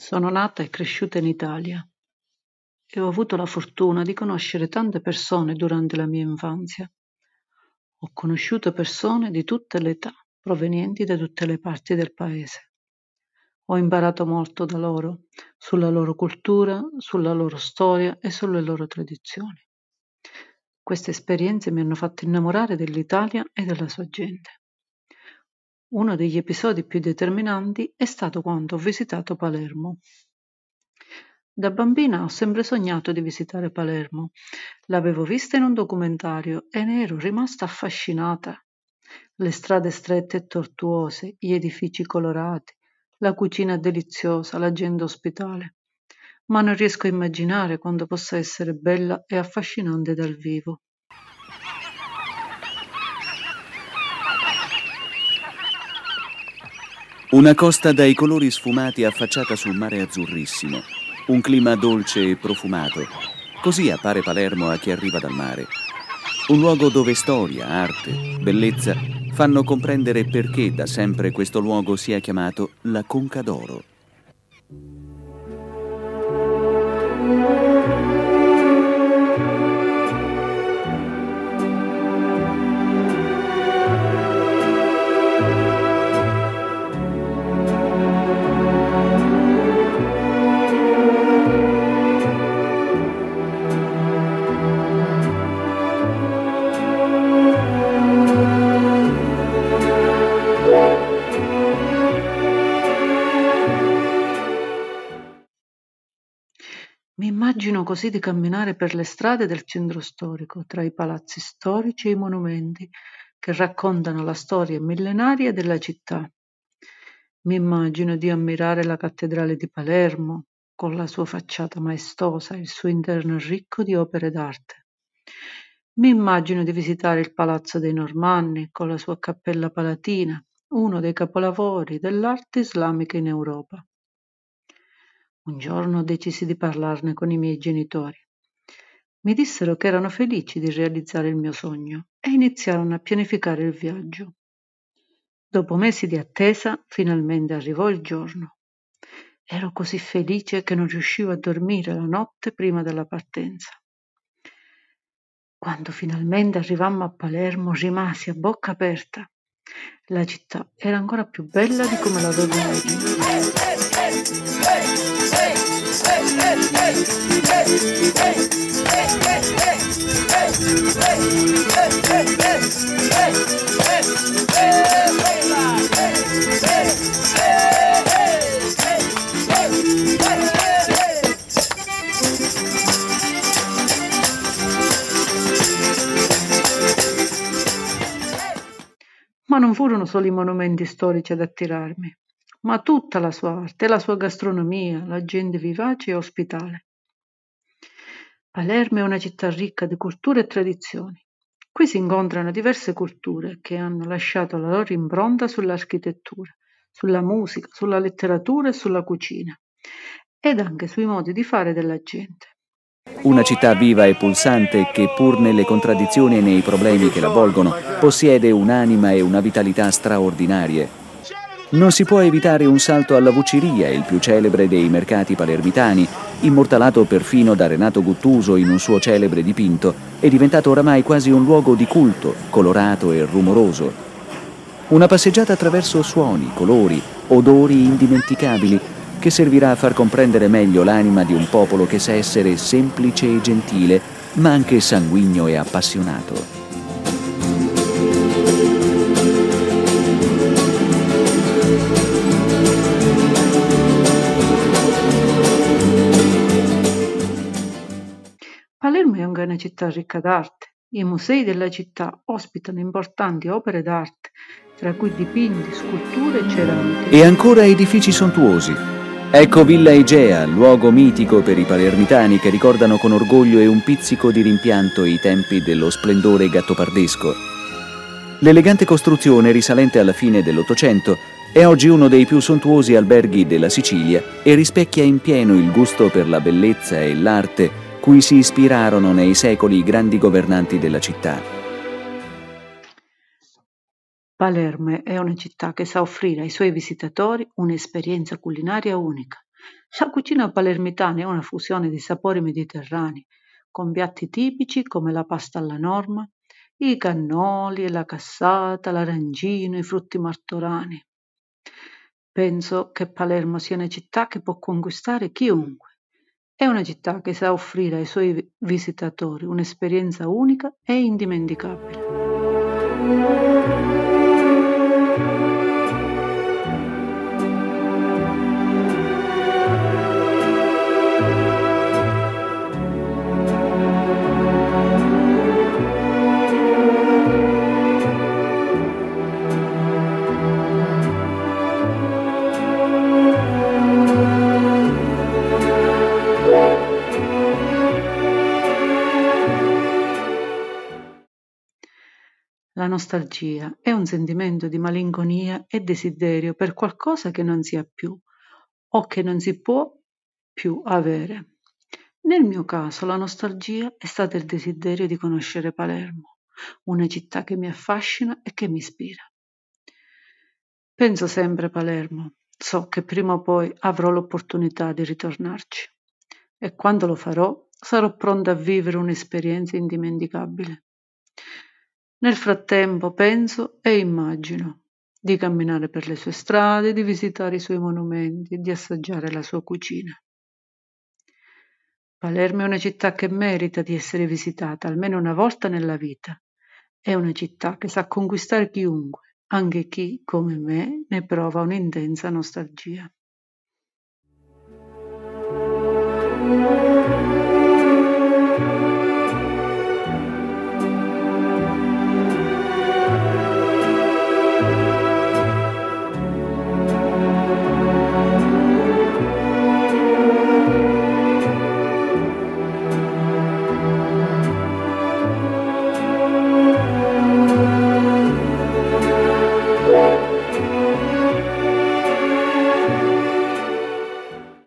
Sono nata e cresciuta in Italia e ho avuto la fortuna di conoscere tante persone durante la mia infanzia. Ho conosciuto persone di tutte le età, provenienti da tutte le parti del paese. Ho imparato molto da loro, sulla loro cultura, sulla loro storia e sulle loro tradizioni. Queste esperienze mi hanno fatto innamorare dell'Italia e della sua gente. Uno degli episodi più determinanti è stato quando ho visitato Palermo. Da bambina ho sempre sognato di visitare Palermo. L'avevo vista in un documentario e ne ero rimasta affascinata. Le strade strette e tortuose, gli edifici colorati, la cucina deliziosa, la gente ospitale. Ma non riesco a immaginare quanto possa essere bella e affascinante dal vivo. Una costa dai colori sfumati affacciata sul mare azzurrissimo, un clima dolce e profumato. Così appare Palermo a chi arriva dal mare. Un luogo dove storia, arte, bellezza fanno comprendere perché da sempre questo luogo sia chiamato la Conca d'Oro. Mi immagino così di camminare per le strade del centro storico, tra i palazzi storici e i monumenti che raccontano la storia millenaria della città. Mi immagino di ammirare la cattedrale di Palermo, con la sua facciata maestosa e il suo interno ricco di opere d'arte. Mi immagino di visitare il Palazzo dei Normanni, con la sua Cappella Palatina, uno dei capolavori dell'arte islamica in Europa. Un giorno decisi di parlarne con i miei genitori. Mi dissero che erano felici di realizzare il mio sogno e iniziarono a pianificare il viaggio. Dopo mesi di attesa, finalmente arrivò il giorno. Ero così felice che non riuscivo a dormire la notte prima della partenza. Quando finalmente arrivammo a Palermo, rimasi a bocca aperta. La città era ancora più bella di come l'avevo immaginato. Ma non furono solo i monumenti storici ad attirarmi, ma tutta la sua arte, la sua gastronomia, la gente vivace e ospitale. Palermo è una città ricca di culture e tradizioni. Qui si incontrano diverse culture che hanno lasciato la loro impronta sull'architettura, sulla musica, sulla letteratura e sulla cucina, ed anche sui modi di fare della gente. Una città viva e pulsante che, pur nelle contraddizioni e nei problemi che l'avvolgono, possiede un'anima e una vitalità straordinarie. Non si può evitare un salto alla Vucciria, il più celebre dei mercati palermitani, immortalato perfino da Renato Guttuso in un suo celebre dipinto, è diventato oramai quasi un luogo di culto, colorato e rumoroso. Una passeggiata attraverso suoni, colori, odori indimenticabili, che servirà a far comprendere meglio l'anima di un popolo che sa essere semplice e gentile, ma anche sanguigno e appassionato. Palermo è anche una città ricca d'arte. I musei della città ospitano importanti opere d'arte, tra cui dipinti, sculture e ceramiche. E ancora edifici sontuosi. Ecco Villa Egea, luogo mitico per i palermitani che ricordano con orgoglio e un pizzico di rimpianto i tempi dello splendore gattopardesco. L'elegante costruzione, risalente alla fine dell'Ottocento, è oggi uno dei più sontuosi alberghi della Sicilia e rispecchia in pieno il gusto per la bellezza e l'arte cui si ispirarono nei secoli i grandi governanti della città. Palermo è una città che sa offrire ai suoi visitatori un'esperienza culinaria unica, La cucina palermitana è una fusione di sapori mediterranei, con piatti tipici come la pasta alla norma, i cannoli e la cassata, l'arancino, i frutti martorani. Penso che Palermo sia una città che può conquistare chiunque. È una città che sa offrire ai suoi visitatori un'esperienza unica e indimenticabile. La nostalgia è un sentimento di malinconia e desiderio per qualcosa che non si ha più o che non si può più avere. Nel mio caso la nostalgia è stata il desiderio di conoscere Palermo, una città che mi affascina e che mi ispira. Penso sempre a Palermo, so che prima o poi avrò l'opportunità di ritornarci e quando lo farò sarò pronta a vivere un'esperienza indimenticabile. Nel frattempo penso e immagino di camminare per le sue strade, di visitare i suoi monumenti e di assaggiare la sua cucina. Palermo è una città che merita di essere visitata almeno una volta nella vita. È una città che sa conquistare chiunque, anche chi, come me, ne prova un'intensa nostalgia.